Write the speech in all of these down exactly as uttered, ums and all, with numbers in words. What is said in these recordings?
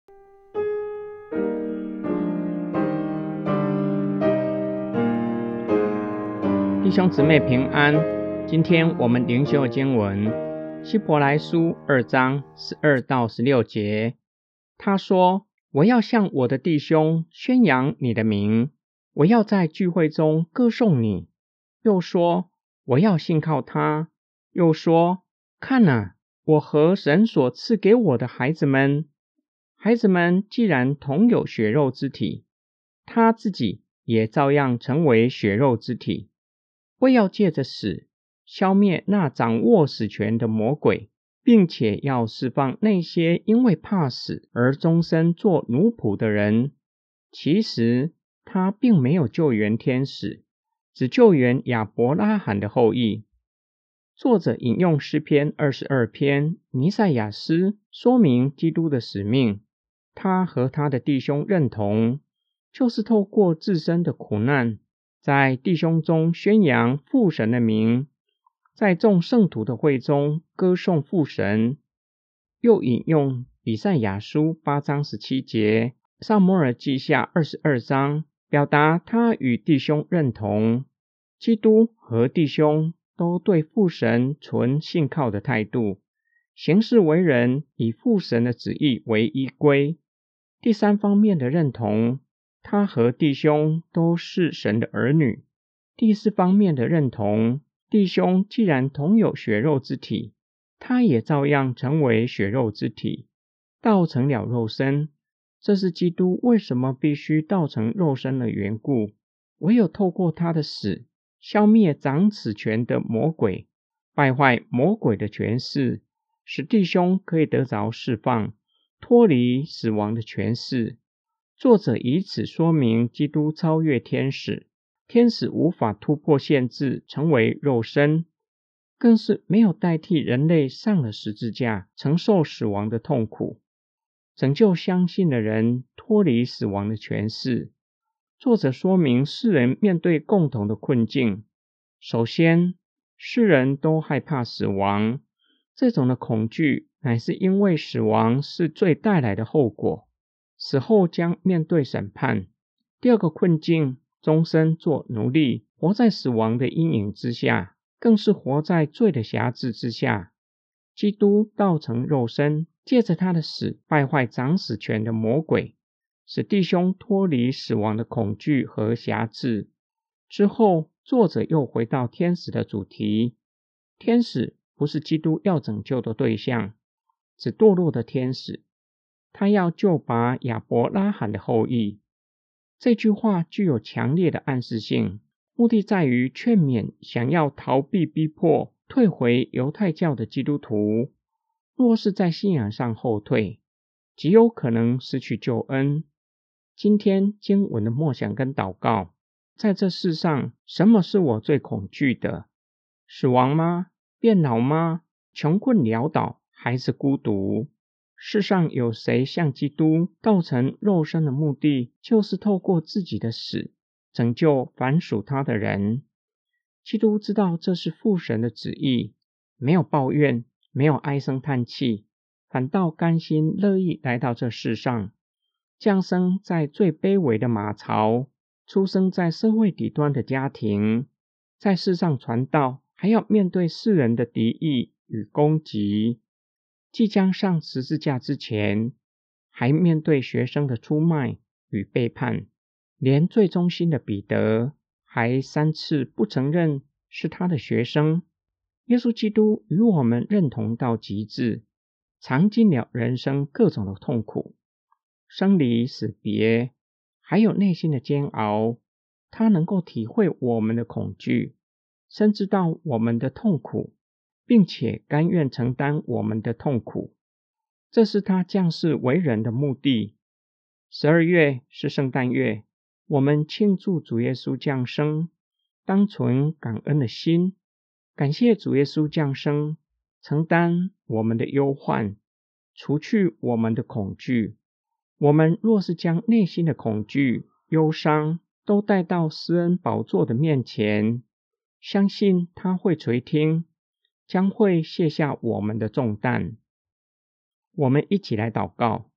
弟兄姊妹平安，今天我们灵修的经文希伯来书二章十二到十六节。他说，我要向我的弟兄宣扬你的名，我要在聚会中歌颂你。又说，我要信靠他。又说，看啊，我和神所赐给我的孩子们，孩子们既然同有血肉之体，他自己也照样成为血肉之体，为要借着死消灭那掌握死权的魔鬼，并且要释放那些因为怕死而终身做奴仆的人。其实他并没有救援天使，只救援亚伯拉罕的后裔。作者引用诗篇二十二篇弥赛亚诗，说明基督的使命。他和他的弟兄认同，就是透过自身的苦难，在弟兄中宣扬父神的名，在众圣徒的会中歌颂父神。又引用以赛亚书八章十七节，撒母耳记下二十二章，表达他与弟兄认同。基督和弟兄都对父神存信靠的态度，行事为人以父神的旨意为依归。第三方面的认同，他和弟兄都是神的儿女。第四方面的认同，弟兄既然同有血肉之体，他也照样成为血肉之体，道成了肉身。这是基督为什么必须道成肉身的缘故。唯有透过他的死，消灭掌此权的魔鬼，败坏魔鬼的权势，使弟兄可以得着释放，脱离死亡的权势。作者以此说明基督超越天使，天使无法突破限制成为肉身，更是没有代替人类上了十字架承受死亡的痛苦，拯救相信的人脱离死亡的权势。作者说明世人面对共同的困境。首先，世人都害怕死亡，这种的恐惧乃是因为死亡是罪带来的后果，死后将面对审判。第二个困境，终身做奴隶，活在死亡的阴影之下，更是活在罪的辖制之下。基督道成肉身，借着他的死败坏掌死权的魔鬼，使弟兄脱离死亡的恐惧和辖制。之后，作者又回到天使的主题。天使不是基督要拯救的对象，只堕落的天使，他要救拔亚伯拉罕的后裔。这句话具有强烈的暗示性，目的在于劝勉想要逃避逼迫、退回犹太教的基督徒，若是在信仰上后退，极有可能失去救恩。今天经文的默想跟祷告，在这世上，什么是我最恐惧的？死亡吗？变老吗？穷困潦倒，还是孤独？世上有谁像基督道成肉身的目的，就是透过自己的死，拯救凡属他的人。基督知道这是父神的旨意，没有抱怨，没有唉声叹气，反倒甘心乐意来到这世上，降生在最卑微的马槽，出生在社会底端的家庭，在世上传道，还要面对世人的敌意与攻击。即将上十字架之前，还面对学生的出卖与背叛，连最忠心的彼得还三次不承认是他的学生。耶稣基督与我们认同到极致，尝尽了人生各种的痛苦，生离死别，还有内心的煎熬。他能够体会我们的恐惧，深知到我们的痛苦，并且甘愿承担我们的痛苦，这是他降世为人的目的。十二月是圣诞月，我们庆祝主耶稣降生，当存感恩的心，感谢主耶稣降生，承担我们的忧患，除去我们的恐惧。我们若是将内心的恐惧、忧伤都带到施恩宝座的面前，相信他会垂听，将会卸下我们的重担。我们一起来祷告。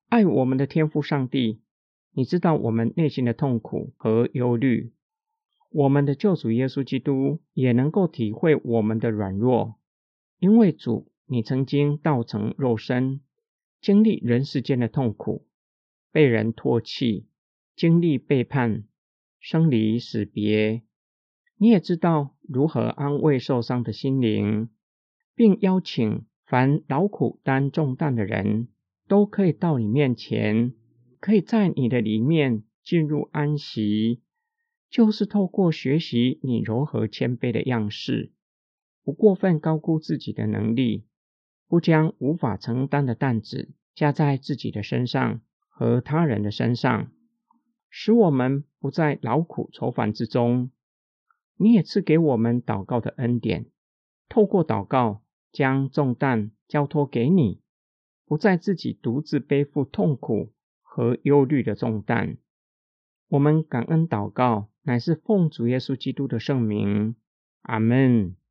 爱我们的天父上帝，你知道我们内心的痛苦和忧虑。我们的救主耶稣基督也能够体会我们的软弱，因为主，你曾经道成肉身，经历人世间的痛苦，被人唾弃，经历背叛，生离死别。你也知道如何安慰受伤的心灵，并邀请凡劳苦担重担的人都可以到你面前，可以在你的里面进入安息，就是透过学习你柔和谦卑的样式，不过分高估自己的能力，不将无法承担的担子加在自己的身上和他人的身上，使我们不在劳苦愁烦之中。你也赐给我们祷告的恩典，透过祷告将重担交托给你，不再自己独自背负痛苦和忧虑的重担。我们感恩祷告，乃是奉主耶稣基督的圣名，阿们。